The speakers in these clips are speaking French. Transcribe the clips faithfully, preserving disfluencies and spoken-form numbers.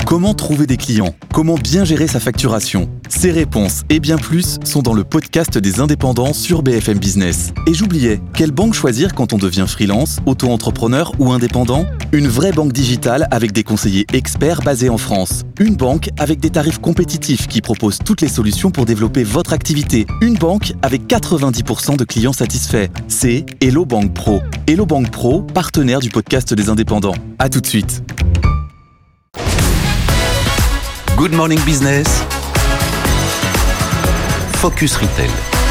Comment trouver des clients ? Comment bien gérer sa facturation ? Ces réponses et bien plus sont dans le podcast des indépendants sur B F M Business. Et j'oubliais, quelle banque choisir quand on devient freelance, auto-entrepreneur ou indépendant ? Une vraie banque digitale avec des conseillers experts basés en France. Une banque avec des tarifs compétitifs qui propose toutes les solutions pour développer votre activité. Une banque avec quatre-vingt-dix pour cent de clients satisfaits. C'est Hello Bank Pro. Hello Bank Pro, partenaire du podcast des indépendants. À tout de suite. Good Morning Business, Focus Retail.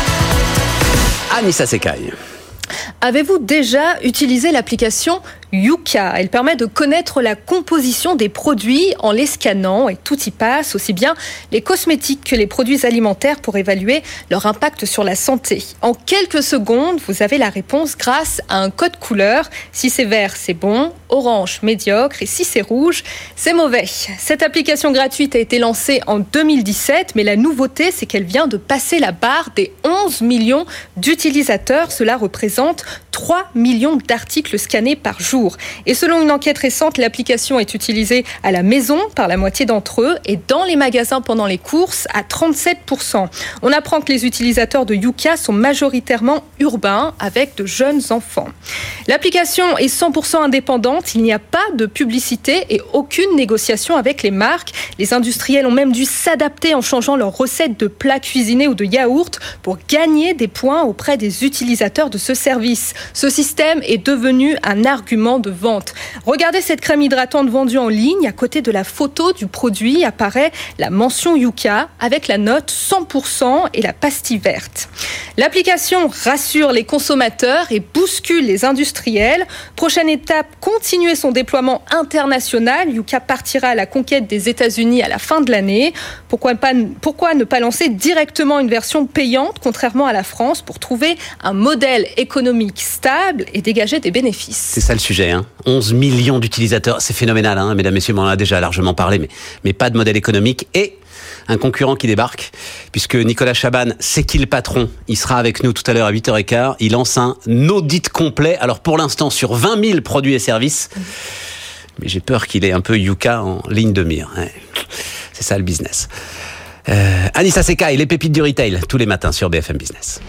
Anissa Sekai. Avez-vous déjà utilisé l'application Yuka ? Elle permet de connaître la composition des produits en les scannant et tout y passe, aussi bien les cosmétiques que les produits alimentaires pour évaluer leur impact sur la santé. En quelques secondes, vous avez la réponse grâce à un code couleur. Si c'est vert, c'est bon, orange, médiocre et si c'est rouge, c'est mauvais. Cette application gratuite a été lancée en deux mille dix-sept, mais la nouveauté, c'est qu'elle vient de passer la barre des onze millions d'utilisateurs. Cela représente trois millions d'articles scannés par jour. Et selon une enquête récente, l'application est utilisée à la maison par la moitié d'entre eux et dans les magasins pendant les courses à trente-sept pour cent. On apprend que les utilisateurs de Yuka sont majoritairement urbains avec de jeunes enfants. L'application est cent pour cent indépendante, il n'y a pas de publicité et aucune négociation avec les marques. Les industriels ont même dû s'adapter en changeant leurs recettes de plats cuisinés ou de yaourts pour gagner des points auprès des utilisateurs de ce service. Ce système est devenu un argument de vente. Regardez cette crème hydratante vendue en ligne. À côté de la photo du produit apparaît la mention Yuka avec la note cent pour cent et la pastille verte. L'application rassure les consommateurs et bouscule les industriels. Prochaine étape, continuer son déploiement international. Yuka partira à la conquête des États-Unis à la fin de l'année. Pourquoi pas, pourquoi ne pas lancer directement une version payante, contrairement à la France, pour trouver un modèle économique stable et dégager des bénéfices ? C'est ça le sujet, hein. onze millions d'utilisateurs, c'est phénoménal, hein, mesdames, messieurs, on en a déjà largement parlé, mais, mais pas de modèle économique et un concurrent qui débarque, puisque Nicolas Chaban, c'est qui le patron ? Il sera avec nous tout à l'heure à huit heures quinze, il lance un audit complet, alors pour l'instant sur vingt mille produits et services, mais j'ai peur qu'il ait un peu Yuka en ligne de mire, ouais. C'est ça le business. Euh, Anissa Sekai, les pépites du retail, tous les matins sur B F M Business.